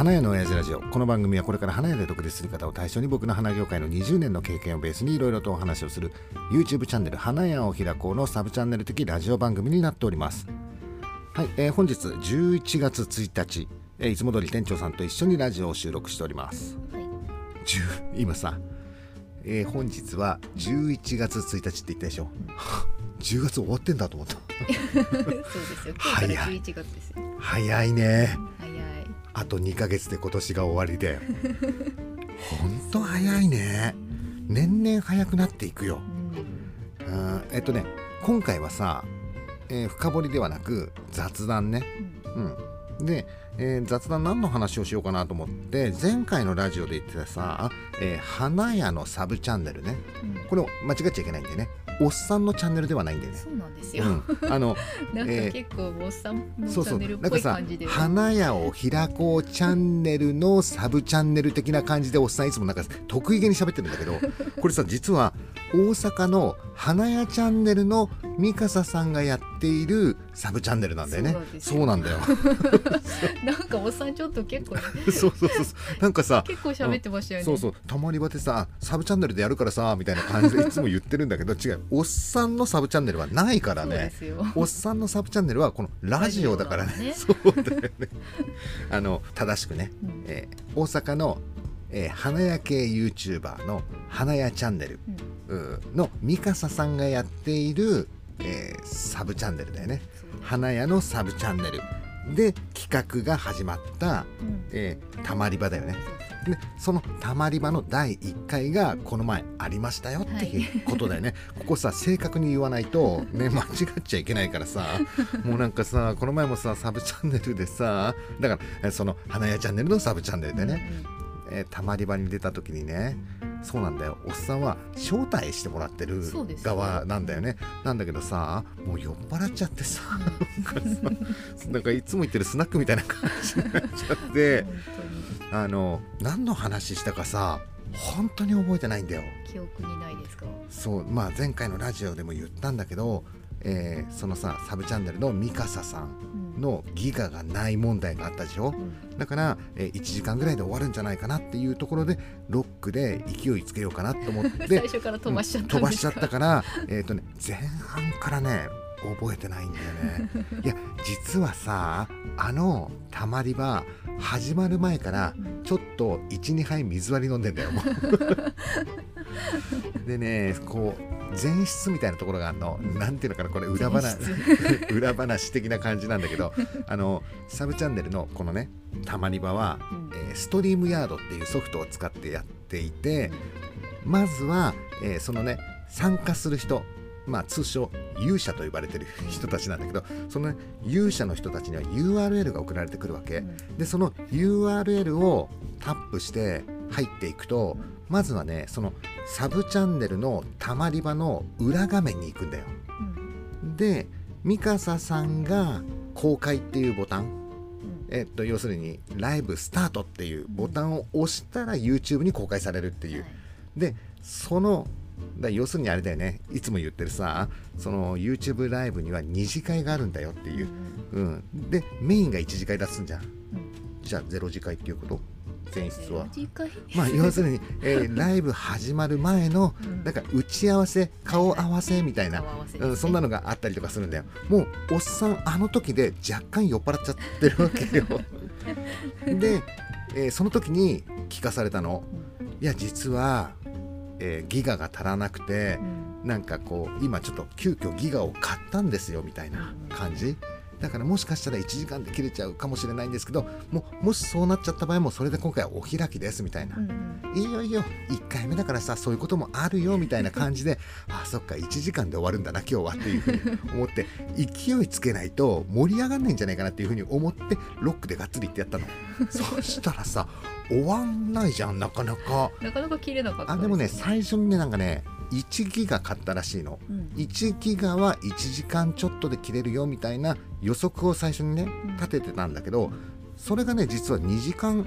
花屋の親父ラジオ。この番組はこれから花屋で独立する方を対象に僕の花業界の20年の経験をベースにいろいろとお話をする YouTube チャンネル花屋を開こうのサブチャンネル的ラジオ番組になっております。はい、本日11月1日、いつも通り店長さんと一緒にラジオを収録しております。はい、今さ、本日は11月1日って言ったでしょ。10月終わってんだと思った。 そうですよ。今日から11月ですよ。 早いね。 早い。 あと2ヶ月で今年が終わりで。ほんと早いね。年々早くなっていくよ。今回はさ、深掘りではなく雑談ね。で、雑談何の話をしようかなと思って、前回のラジオで言ってたさ、花屋のサブチャンネルね、これを間違っちゃいけないんでね、おっさんのチャンネルではないんだよね。 そうなんですよ。なんか結構おっさんのチャンネルっぽい感じで、 花屋を開こうチャンネルのサブチャンネル的な感じでおっさんいつもなんか得意げに喋ってるんだけど、これさ実は大阪の花屋チャンネルのミカサさんがやっているサブチャンネルなんだよね。そうなんだよ。 なんかおっさんちょっと結構、ね、 そうなんかさ結構喋ってましたよね。 そうたまり場でさサブチャンネルでやるからさみたいな感じでいつも言ってるんだけど違う、おっさんのサブチャンネルはないからね。おっさんのサブチャンネルはこのラジオだからね。そうだよね。正しくね、大阪の花屋系 YouTuber の花屋チャンネルのミカサさんがやっている、サブチャンネルだよね。花屋のサブチャンネルで企画が始まった、たまり場だよね。でそのたまり場の第1回がこの前ありましたよっていうことだよね。ここさ正確に言わないとね間違っちゃいけないからさ、もうなんかさこの前もさサブチャンネルでさ、だからその花屋チャンネルのサブチャンネルでね、たまり場に出た時にね、そうなんだよ、おっさんは招待してもらってる側なんだよね。なんだけどさもう酔っ払っちゃってさ、なんかいつも言ってるスナックみたいな感じになっちゃって何の話したかさ本当に覚えてないんだよ。 記憶にないですか？ そう、前回のラジオでも言ったんだけど、そのさサブチャンネルのミカサさんのギガがない問題があったでしょ。だから、1時間ぐらいで終わるんじゃないかなっていうところでロックで勢いつけようかなと思って最初から飛ばしちゃったんですか？ 飛ばしちゃったから前半からね覚えてないんだよね。いや実はさたまり場始まる前からちょっと 1,2 杯水割り飲んでんだよもうでねこう前室みたいなところがあるの、なんていうのかな、これ裏話的な感じなんだけどサブチャンネルのこのねたまり場は、ストリームヤードっていうソフトを使ってやっていて、まずは、そのね参加する人、通称勇者と呼ばれてる人たちなんだけど、その、勇者の人たちには URL が送られてくるわけ、でその URL をタップして入っていくと、まずはねそのサブチャンネルのたまり場の裏画面に行くんだよ。でミカサさんが公開っていうボタン、要するにライブスタートっていうボタンを押したら YouTube に公開されるっていう。でその要するにあれだよね、いつも言ってるさ、その YouTube ライブには2次会があるんだよっていう、でメインが1次会出すんじゃん、じゃあ0次会っていうこと、前室は要するに、ライブ始まる前のなんか打ち合わせ、顔合わせみたいな、そんなのがあったりとかするんだよ。もうおっさんあの時で若干酔っ払っちゃってるわけよで、その時に聞かされたの、いや実はギガが足らなくて、なんかこう今ちょっと急遽ギガを買ったんですよみたいな感じだから、もしかしたら1時間で切れちゃうかもしれないんですけど、もしそうなっちゃった場合もそれで今回はお開きですみたいな、いいよ1回目だからさそういうこともあるよみたいな感じでそっか1時間で終わるんだな今日はっていうふうに思って勢いつけないと盛り上がんないんじゃないかなっていうふうに思ってロックでがっつりってやったのそしたらさ終わんないじゃん、なかなか切れなかった。 でもね最初にねなんかね1ギガ買ったらしいの、1ギガは1時間ちょっとで切れるよみたいな予測を最初にね立ててたんだけど、それがね実は2時間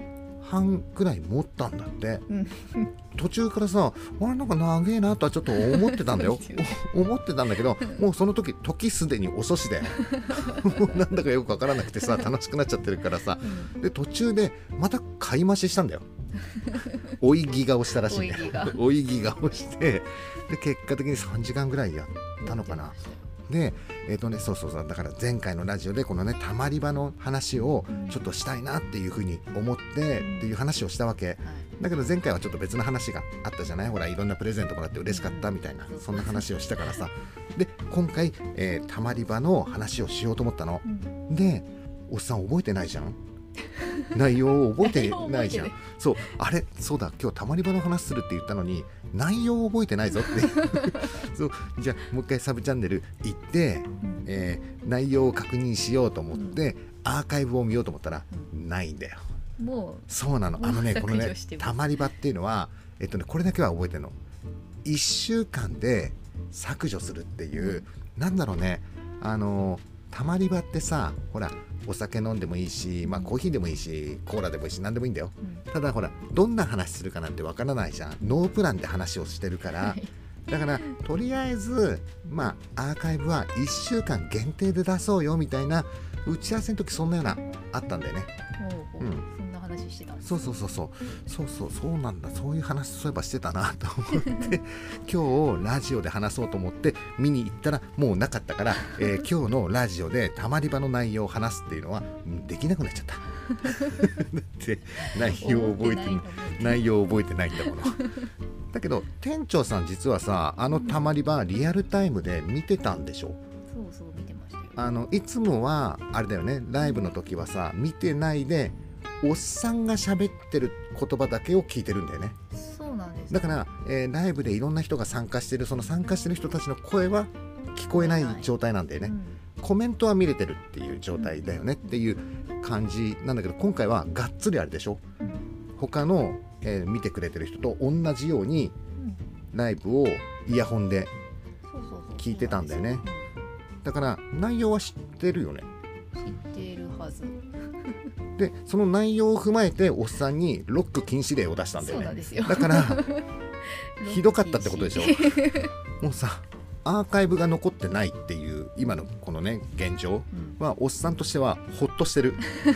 半くらい持ったんだって、 うん、 途中からさあれなんか長えなとはちょっと思ってたんだよ思ってたんだけど、もうその時すでに遅しでもうなんだかよくわからなくてさ楽しくなっちゃってるからさ、で途中でまた買い増ししたんだよ追いギガをしたらしいね追いギガをして、で結果的に3時間ぐらいやったのかな。でそうだから前回のラジオでこのねたまり場の話をちょっとしたいなっていうふうに思ってっていう話をしたわけ、だけど前回はちょっと別の話があったじゃない。ほらいろんなプレゼントもらって嬉しかったみたいな、そんな話をしたからさ、で今回、たまり場の話をしようと思ったの、でおっさん覚えてないじゃん内容を覚えてないじゃんそうだ今日たまり場の話するって言ったのに内容を覚えてないぞってそうじゃあもう一回サブチャンネル行って、内容を確認しようと思って、アーカイブを見ようと思ったら、ないんだよ。 もうそうなの。このねたまり場っていうのはこれだけは覚えてるの。1週間で削除するっていう、なんだろうね、たまり場ってさ、ほらお酒飲んでもいいし、コーヒーでもいいしコーラでもいいし何でもいいんだよ、ただほらどんな話するかなんてわからないじゃん。ノープランで話をしてるから、だからとりあえずアーカイブは1週間限定で出そうよみたいな打ち合わせの時、そんなようなあったんだよね。 そんな話してたんです。 そうなんだ。そういう話そういえばしてたなと思って今日ラジオで話そうと思って見に行ったらもうなかったから、今日のラジオでたまり場の内容を話すっていうのはできなくなっちゃっただって内容を覚えてないんだものだけど店長さん実はさ、たまり場リアルタイムで見てたんでしょ。 そう見てましたよ。 いつもはあれだよね、ライブの時はさ見てないでおっさんが喋ってる言葉だけを聞いてるんだよね。 そうなんです。 だから、ライブでいろんな人が参加してる、その参加してる人たちの声は聞こえない状態なんだよね、コメントは見れてるっていう状態だよねっていう感じなんだけど、今回はがっつりあれでしょ、他の、見てくれてる人と同じようにライブをイヤホンで聞いてたんだよね。だから内容は知ってるよね。 知ってるはずでその内容を踏まえておっさんにロック禁止令を出したんだよね。 そうなんですよ。 だからひどかったってことでしょもうさアーカイブが残ってないっていう今のこのね現状は、おっさんとしてはホッとしてる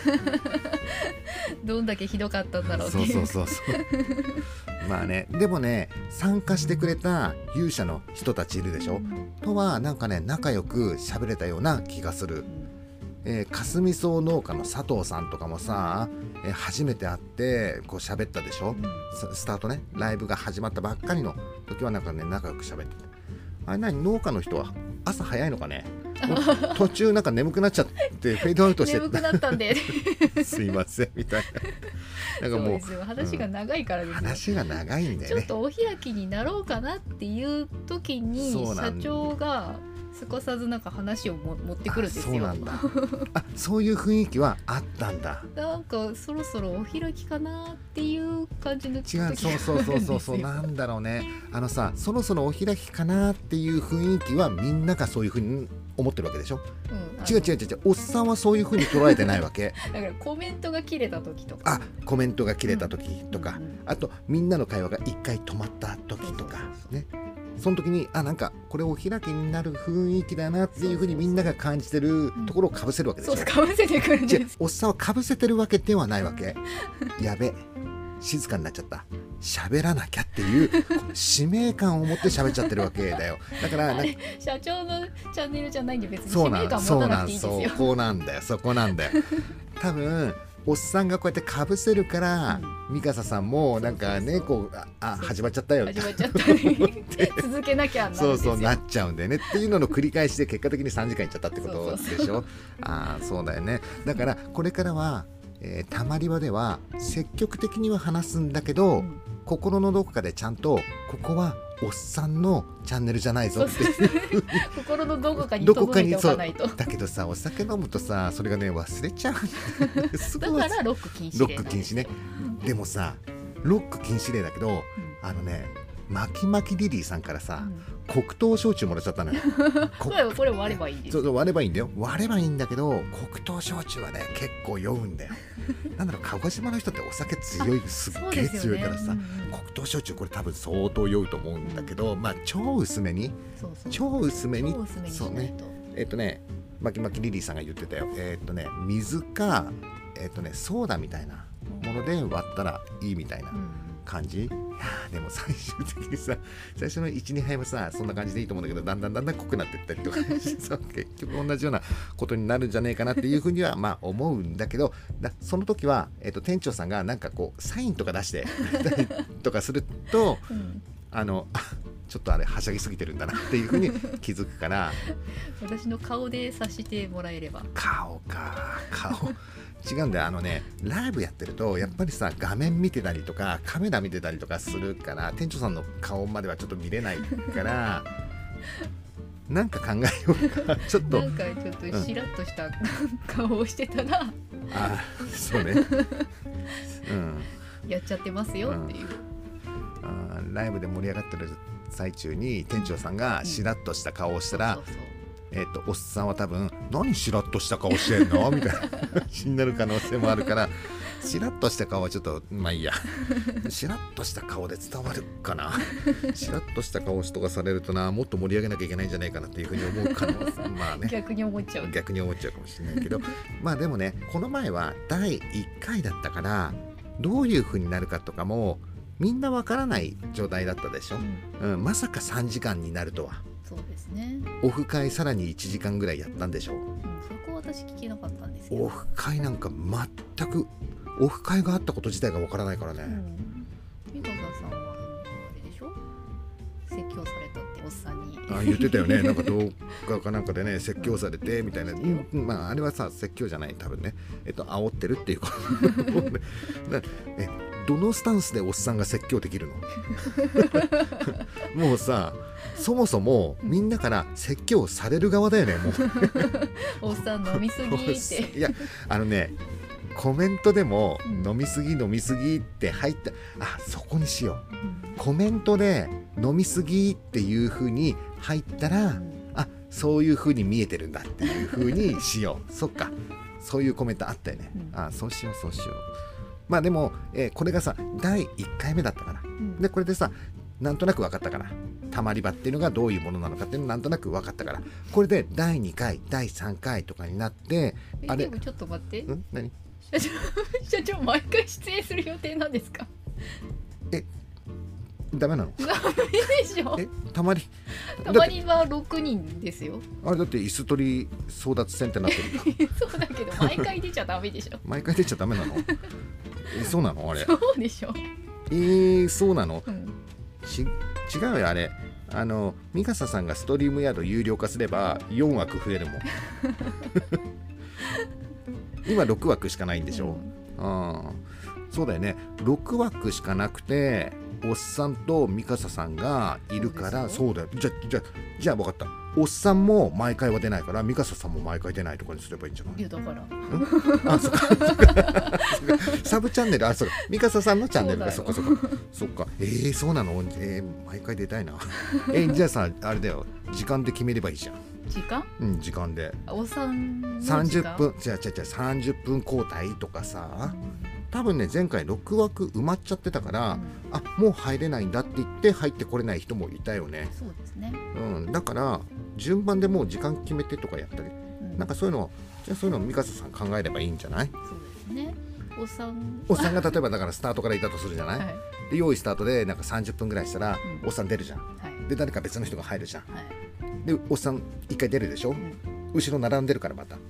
どんだけひどかったんだろうっていう。 そうでもね参加してくれた勇者の人たちいるでしょ、とはなんかね仲良く喋れたような気がする。かすみ草農家の佐藤さんとかもさ、初めて会ってこう喋ったでしょ、スタートね、ライブが始まったばっかりの時はなんかね仲良く喋ってて、あれ何、農家の人は朝早いのかね途中なんか眠くなっちゃってフェードアウトして眠くなったんですいませんみたいな、なんかもうそうですよ、話が長いからですよ、 話が長いんだよね。 ちょっとお開きになろうかなっていう時に社長がすかさずなんか話を持ってくるんですよ。 そうなんだそういう雰囲気はあったんだ。 なんかそろそろお開きかなっていう感じの違う、そうなんだろうね、そろそろお開きかなっていう雰囲気はみんながそういうふうに思ってるわけでしょ、違うおっさんはそういうふうに捉えてないわけだからコメントが切れた時とか、 コメントが切れた時とか、あとみんなの会話が一回止まった時とかね、その時になんかこれお開きになる雰囲気だなっていうふうにみんなが感じてるところをかぶせるわけでしょ。 そうかぶせてくるんです。 おっさんはかぶせてるわけではないわけやべ、静かになっちゃった、喋らなきゃっていう使命感を持って喋っちゃってるわけだよ。だから社長のチャンネルじゃないんで別に使命感持たなくていいですよ。 そこなんだよ多分おっさんがこうやってかぶせるから、三笠さんもなんかねこう始まっちゃったよ続けなきゃなるんですよ。 なっちゃうんだよねっていうのの繰り返しで結果的に3時間いっちゃったってことでしょ。そうだよね。だからこれからは、たまり場では積極的には話すんだけど、心のどこかでちゃんとここはおっさんのチャンネルじゃないぞって心のどこかに届いておかないと。 だけどさ、お酒飲むとさそれがね忘れちゃうだからロック禁止令ね。 でもさロック禁止令だけど、マキマキリリーさんからさ、 黒糖焼酎もらっちゃったのよこれ割ればいいんです。 そう割ればいいんだよ、割ればいいんだけど黒糖焼酎はね結構酔うんだよなんだろう、鹿児島の人ってお酒強い、すっげえ強いからさ、黒糖焼酎これ多分相当酔うと思うんだけど、まあ超薄めに、超薄めに、そうね、マキマキリリーさんが言ってたよ、水かソーダみたいなもので割ったらいいみたいな感じ、いやでも最終的にさ、最初の 1,2 杯はさそんな感じでいいと思うんだけど、だんだん濃くなっていったりとかそう結局同じようなことになるんじゃねえかなっていうふうにはまあ思うんだけど、その時は、店長さんがなんかこうサインとか出してとかすると、ちょっとあれはしゃぎすぎてるんだなっていうふうに気づくから私の顔で察してもらえれば。 顔違うんだよ、ライブやってるとやっぱりさ画面見てたりとかカメラ見てたりとかするから、店長さんの顔まではちょっと見れないからなんか考えようかちょっとなんかちょっとしらっとした、顔をしてたらそうねやっちゃってますよっていう、 ライブで盛り上がってる最中に店長さんがしらっとした顔をしたら、おっさんは多分何しらっとした顔してんのみたいな話になる可能性もあるから、しらっとした顔はちょっとまあいいやしらっとした顔で伝わるかなしらっとした顔とかされるとな、もっと盛り上げなきゃいけないんじゃないかなっていうふうに思う可能性まあね逆に思っちゃうかもしれないけどまあでもね、この前は第1回だったからどういうふうになるかとかもみんなわからない状態だったでしょ、まさか3時間になるとは。 そうですね。 オフ会さらに1時間ぐらいやったんでしょ、 そこ私聞けなかったんですけど、 オフ会なんか全くオフ会があったこと自体がわからないからね、 美香さんはあれでしょ、説教されたっておっさんに言ってたよねなんか動画かなんかでね説教されてみたいな、まああれはさ説教じゃない多分ね、煽ってるっていうことどのスタンスでおっさんが説教できるのもうさ、そもそもみんなから説教される側だよねもうおっさん飲みすぎっていやコメントでも飲みすぎって入ったそこにしよう、コメントで飲みすぎっていう風に入ったら、そういう風に見えてるんだっていう風にしようそっか、そういうコメントあったよね、そうしようまあでも、これがさ第1回目だったから、でこれでさなんとなく分かったからたまり場っていうのがどういうものなのかっていうのなんとなく分かったから、これで第2回第3回とかになってでもちょっと待って、 何社長毎回出演する予定なんですか？ ダメなの？ ダメでしょ。 たまりは6人ですよ。 あれだって椅子取り争奪戦ってなってるそうだけど毎回出ちゃダメでしょ。 毎回出ちゃダメなの？そうなのあれ？ そうでしょ。 そうなの？違うよあれ。ミカサさんがストリームヤード有料化すれば4枠増えるもん今6枠しかないんでしょ、そうだよね、6枠しかなくておっさんとミカサさんがいるから、そうだよ、じゃあ分かった、おっさんも毎回は出ないからミカサさんも毎回出ないとかにすればいいんじゃない？ いやだからそっかサブチャンネル、そうか、ミカサさんのチャンネルがそっかそうなの？毎回出たいなじゃあさあれだよ、時間で決めればいいじゃん。 時間？ 時間でおっさんの時間 30分30分交代とかさ、多分ね前回6枠埋まっちゃってたから、もう入れないんだって言って入ってこれない人もいたよね。 そうですね、 だから順番でもう時間決めてとかやったり、なんかそういうのミカサさん考えればいいんじゃない？ そうですね。おっさんが例えばだからスタートからいたとするじゃない、で用意スタートでなんか30分ぐらいしたら、おっさん出るじゃん、で誰か別の人が入るじゃん、でおっさん1回出るでしょ、後ろ並んでるからまた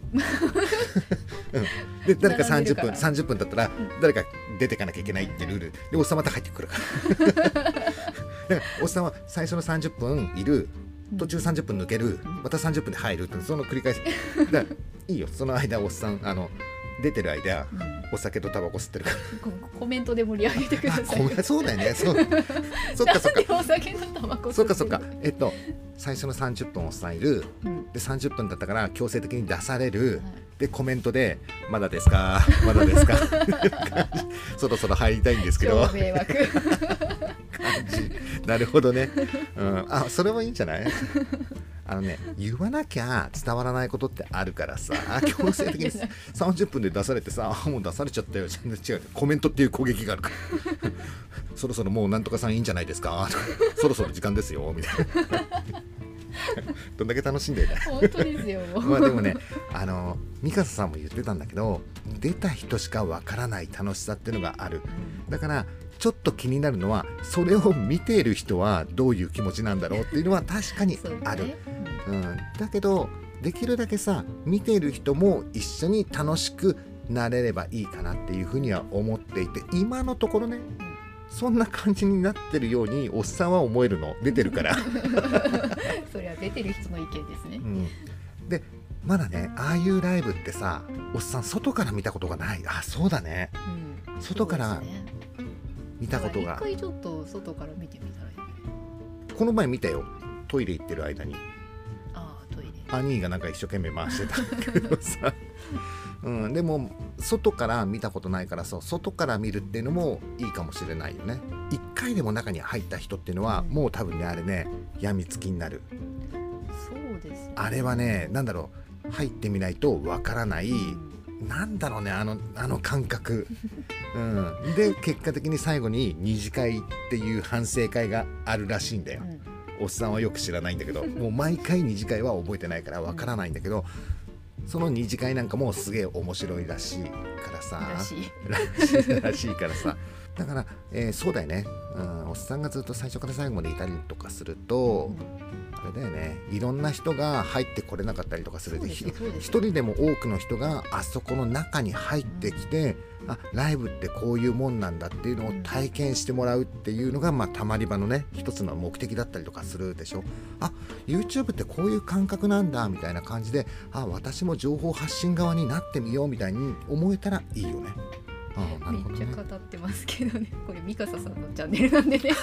で誰か30分だったら誰か出てかなきゃいけないってルールで、おっさんまた入ってくるからだからおっさんは最初の30分いる、途中30分抜ける、また30分で入るって、その繰り返しだからいいよ、その間おっさん出てる間お酒とタバコ吸ってるからコメントで盛り上げてください。 そうだよね。そっかそっか。 なんでお酒とタバコ吸ってる。 そっかそっか。最初の30分を抑える、で30分だったから強制的に出される、でコメントでまだですかまだですかそろそろ入りたいんですけど超迷惑感じ。なるほどね、それはいいんじゃない。言わなきゃ伝わらないことってあるからさ、強制的に30分で出されてさ、もう出されちゃったよ、全然違う、コメントっていう攻撃があるからそろそろもうなんとかさんいいんじゃないですかそろそろ時間ですよみたいなどんだけ楽しんでるね本当ですよまあでもね、ミカサさんも言ってたんだけど、出た人しかわからない楽しさっていうのがある。だからちょっと気になるのは、それを見ている人はどういう気持ちなんだろうっていうのは確かにある。だけどできるだけさ、見ている人も一緒に楽しくなれればいいかなっていうふうには思っていて、今のところね、そんな感じになってるようにおっさんは思えるの、出てるからそれは出てる人の意見ですね、 でまだね、ああいうライブってさ、おっさん外から見たことがない。そうだね、外から見たことが、 一回ちょっと外から見てみたらいいね。 この前見たよ、トイレ行ってる間に。 トイレ兄がなんか一生懸命回してたんだけどさでも外から見たことないからさ、外から見るっていうのもいいかもしれないよね。一回でも中に入った人っていうのは、もう多分ね、あれね、やみつきになる。 そうですね。 あれはね、なんだろう、入ってみないとわからない、なんだろうね、あの感覚で結果的に最後に二次会っていう反省会があるらしいんだよ、おっさんはよく知らないんだけどもう毎回二次会は覚えてないからわからないんだけど、その二次会なんかもすげえ面白いらしいからさ、らしいからさ、だから、そうだよね、おっさんがずっと最初から最後までいたりとかすると、あれだよね、いろんな人が入ってこれなかったりとかするで、一人でも多くの人があそこの中に入ってきて、ライブってこういうもんなんだっていうのを体験してもらうっていうのが、たまり場のね、一つの目的だったりとかするでしょ。YouTube ってこういう感覚なんだみたいな感じで、私も情報発信側になってみようみたいに思えたらいいよね。なるほどね。 めっちゃ語ってますけどね、これミカサさんのチャンネルなんでね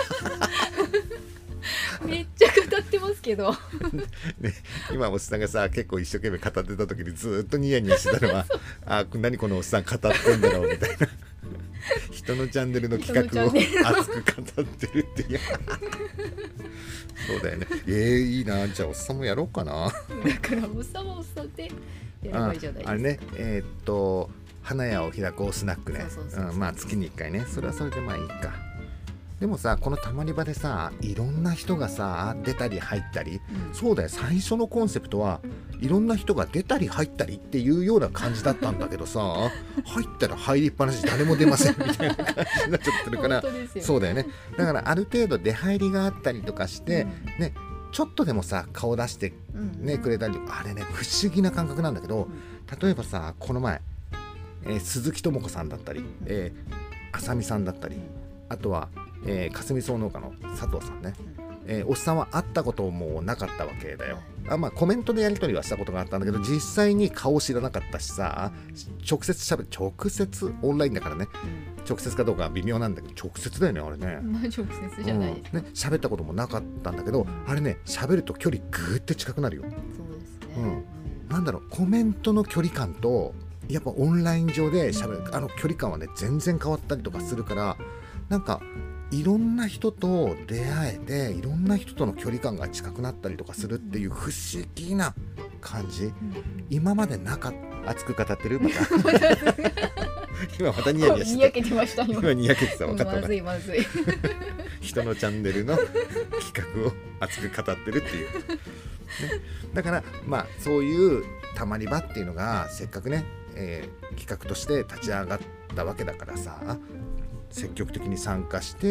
めっちゃ語ってますけどね、今おっさんがさ結構一生懸命語ってた時にずっとニヤニヤしてたのは何このおっさん語ってんだろうみたいな人のチャンネルの企画を熱く語ってるっていうそうだよね。いいな。じゃあおっさんもやろうかな。だからおっさんはおっさんでやればいいじゃないですか。 あれね、花屋を開こうスナックね。月に1回ね。それはそれでいいか。でもさ、このたまり場でさ、いろんな人がさ出たり入ったり、そうだよ、最初のコンセプトはいろんな人が出たり入ったりっていうような感じだったんだけどさ入ったら入りっぱなし、誰も出ませんみたいな感じになっちゃってるからそうだよね。だからある程度出入りがあったりとかして、ね、ちょっとでもさ顔出してね、くれたりとか、あれね、不思議な感覚なんだけど、例えばさ、この前、鈴木智子さんだったり、浅見さんだったり、あとは霞草農家の佐藤さんね、おっさんは会ったこともなかったわけだよ。コメントでやり取りはしたことがあったんだけど、実際に顔知らなかったしさ、直接オンラインだからね、直接かどうかは微妙なんだけど、直接だよね、あれね。 直接じゃないですね。 喋ったこともなかったんだけど、あれね、喋ると距離ぐーって近くなるよ。 そうですね。 なんだろう、コメントの距離感とやっぱオンライン上で喋る、距離感はね全然変わったりとかするから、なんかいろんな人と出会えて、いろんな人との距離感が近くなったりとかするっていう不思議な感じ、今までなかった。熱く語ってるまた今またニヤニヤしてにやけてました。 今にやけてた。分かった。 まずい人のチャンネルの企画を熱く語ってるっていう、だからそういうたまり場っていうのがせっかくね、企画として立ち上がったわけだからさ、積極的に参加して、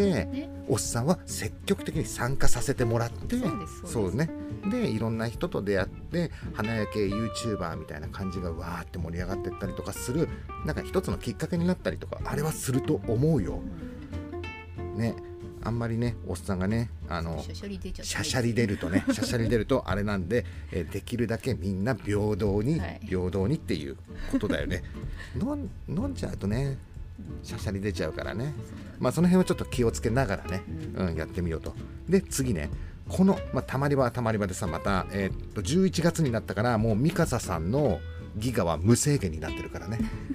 おっさんは積極的に参加させてもらって、そうね、でいろんな人と出会って、花屋系 YouTuber みたいな感じがわーって盛り上がっていったりとかする、なんか一つのきっかけになったりとか、あれはすると思うよね。 あんまりねおっさんがねシャシャリ出ちゃってシャシャリ出るとねシャシャリ出るとあれなんで、できるだけみんな平等に、平等にっていうことだよね飲んじゃうとねシャシャリ出ちゃうからね、まあその辺はちょっと気をつけながらね、やってみようと。で次ねこの、たまり場はたまり場でさまた、11月になったからもうミカサさんのギガは無制限になってるからね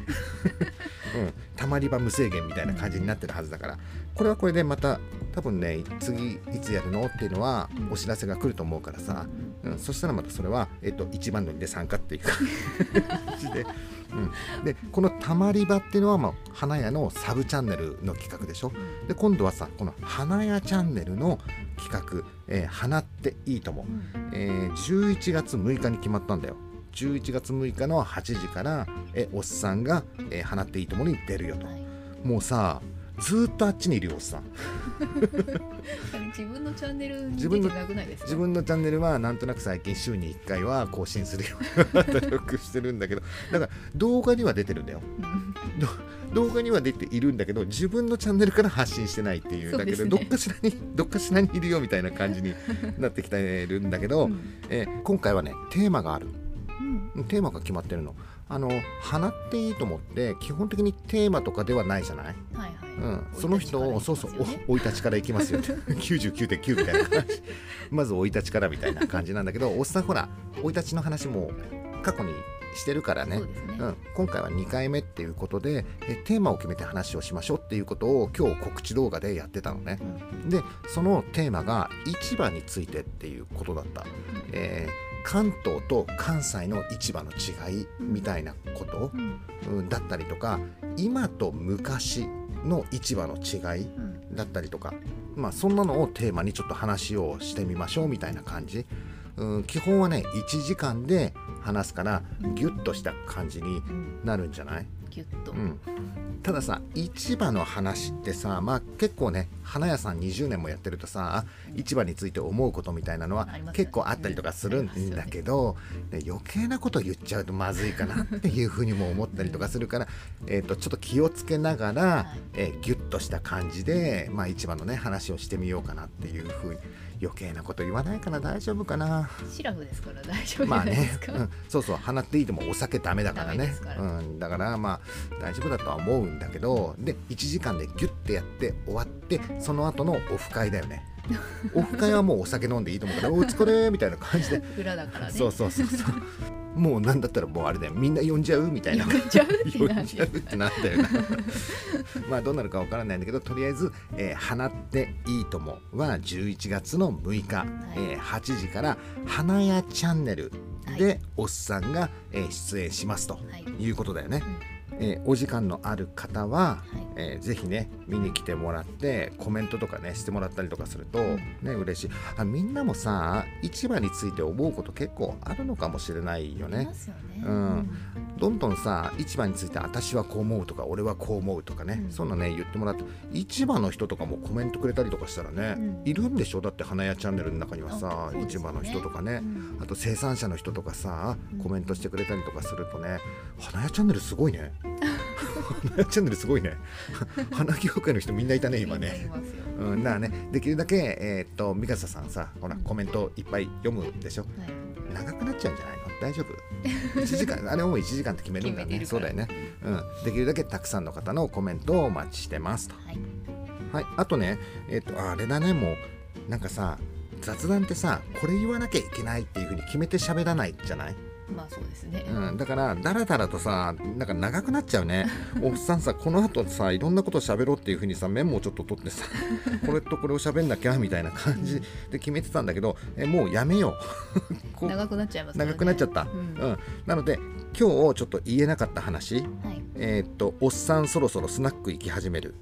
たまり場無制限みたいな感じになってるはずだから、これはこれでまた多分ね次いつやるのっていうのはお知らせが来ると思うからさ、そしたらまたそれは、一番乗りで参加っていう感じで、でこのたまり場っていうのは、花屋のサブチャンネルの企画でしょ。で今度はさこの花屋チャンネルの企画、花っていいとも、11月6日に決まったんだよ。11月6日の8時からおっさんが、花っていいともに出るよと、もうさずっとあっちにいるよおっさん自分のチャンネルに出てなくないですか？ 自分のチャンネルはなんとなく最近週に1回は更新するように努力してるんだけど、だから動画には出てるんだよ、動画には出ているんだけど自分のチャンネルから発信してないっていう、だけどどっかしらにいるよみたいな感じになってきてるんだけど、今回はねテーマがある、テーマが決まってるの。花っていいと思って基本的にテーマとかではないじゃない、その人をそう生い立ちからいきますよ99.9 みたいな感じまず生い立ちからみたいな感じなんだけど、おっさんほら生い立ちの話も過去にしてるからね、今回は2回目っていうことでテーマを決めて話をしましょうっていうことを今日告知動画でやってたのね、でそのテーマが市場についてっていうことだった、関東と関西の市場の違いみたいなこと、だったりとか今と昔の市場の違いだったりとか、そんなのをテーマにちょっと話をしてみましょうみたいな感じ、基本はね1時間で話すからギュッとした感じになるんじゃない？ ギュッと、 たださ市場の話ってさ、結構ね花屋さん20年もやってるとさ市場について思うことみたいなのは結構あったりとかするんだけど、余計なこと言っちゃうとまずいかなっていうふうにも思ったりとかするから、ちょっと気をつけながら、ギュッとした感じで、市場のね話をしてみようかなっていうふうに。余計なこと言わないかな、大丈夫かな。 シラフですから大丈夫じゃないですか。 そう花っていいともお酒ダメだからね。だから大丈夫だとは思うんだけど、で1時間でギュッてやって終わってその後のオフ会だよね。オフ会はもうお酒飲んでいいと思うからお疲れみたいな感じで裏だからね。 そうもうなんだったらもうあれだよ、みんな呼んじゃうみたいな、 呼んじゃうってなんだよなどうなるかわからないんだけど、とりあえず、花っていいともは11月の6日、8時から花屋チャンネルでおっさんが、出演しますということだよね。お時間のある方は、ぜひね見に来てもらってコメントとかねしてもらったりとかするとね嬉しい。みんなもさ市場について思うこと結構あるのかもしれないよね。どんどんさ市場について私はこう思うとか俺はこう思うとかね、そんなね言ってもらって市場の人とかもコメントくれたりとかしたらね、いるんでしょ。だって花屋チャンネルの中にはさ、市場の人とかね、あと生産者の人とかさコメントしてくれたりとかするとね、花屋チャンネルすごいね花屋チャンネルすごいね花業界の人みんないたね今ね。だからねできるだけ三笠さんさほらコメントいっぱい読むでしょ、長くなっちゃうんじゃないの？大丈夫1時間あれもう1時間って決めるんだね。そうだよね、できるだけたくさんの方のコメントをお待ちしてますと。あとねあれだね、もうなんかさ雑談ってさこれ言わなきゃいけないっていう風に決めて喋らないじゃない？ そうですね、 だからだらだらとさなんか長くなっちゃうねおっさんさこの後さいろんなこと喋ろうっていう風にさメモをちょっと取ってさこれとこれを喋んなきゃみたいな感じで決めてたんだけど、もうやめよう長くなっちゃいますからね。 長くなっちゃった、なので今日ちょっと言えなかった話、おっさんそろそろスナック行き始める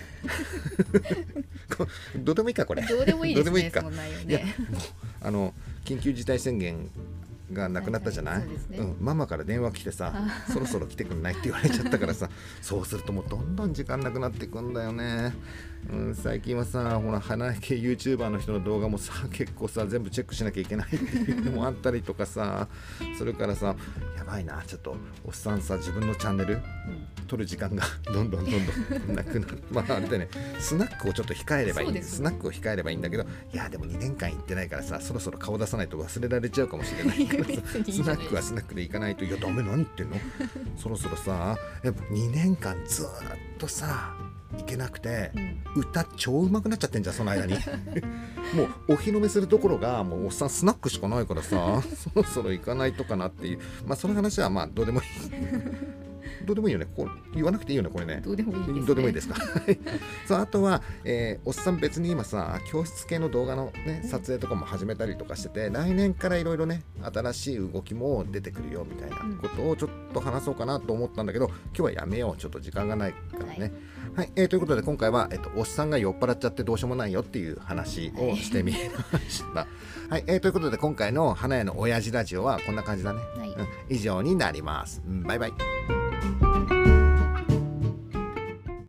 どうでもいいかこれ。 どうでもいいですね。 どうでもいいか。 その内容ね。 もう緊急事態宣言がなくなったじゃない？ママから電話来てさそろそろ来てくんないって言われちゃったからさそうするともうどんどん時間なくなっていくんだよね。最近はさほら花系 YouTuber の人の動画もさ結構さ全部チェックしなきゃいけないっていうのもあったりとかさ、それからさやっばいな、ちょっとおっさんさ自分のチャンネル撮る時間がどんどんなくなるまああれでね、スナックをちょっと控えればいい、スナックを控えればいいんだけど、いやでも2年間行ってないからさ、そろそろ顔出さないと忘れられちゃうかもしれないからさスナックはスナックで行かないと。いやダメ、何言ってんのそろそろさ、やっぱ2年間ずっとさ行けなくて、歌超うまくなっちゃってんじゃんその間にもうお披露目するところがもうおっさんスナックしかないからさそろそろ行かないとかなっていう、まあその話はまあどうでもいいどうでもいいよね、こう言わなくていいよねこれね。 どうでもいいですね。 どうでもいいですかそうあとは、おっさん別に今さ教室系の動画の、ね、撮影とかも始めたりとかしてて、来年からいろいろね新しい動きも出てくるよみたいなことをちょっと話そうかなと思ったんだけど、今日はやめよう、ちょっと時間がないからね。はい、ということで今回は、おっさんが酔っ払っちゃってどうしようもないよっていう話をしてみましたはい、ということで今回の花屋の親父ラジオはこんな感じだね、以上になります。バイバイ。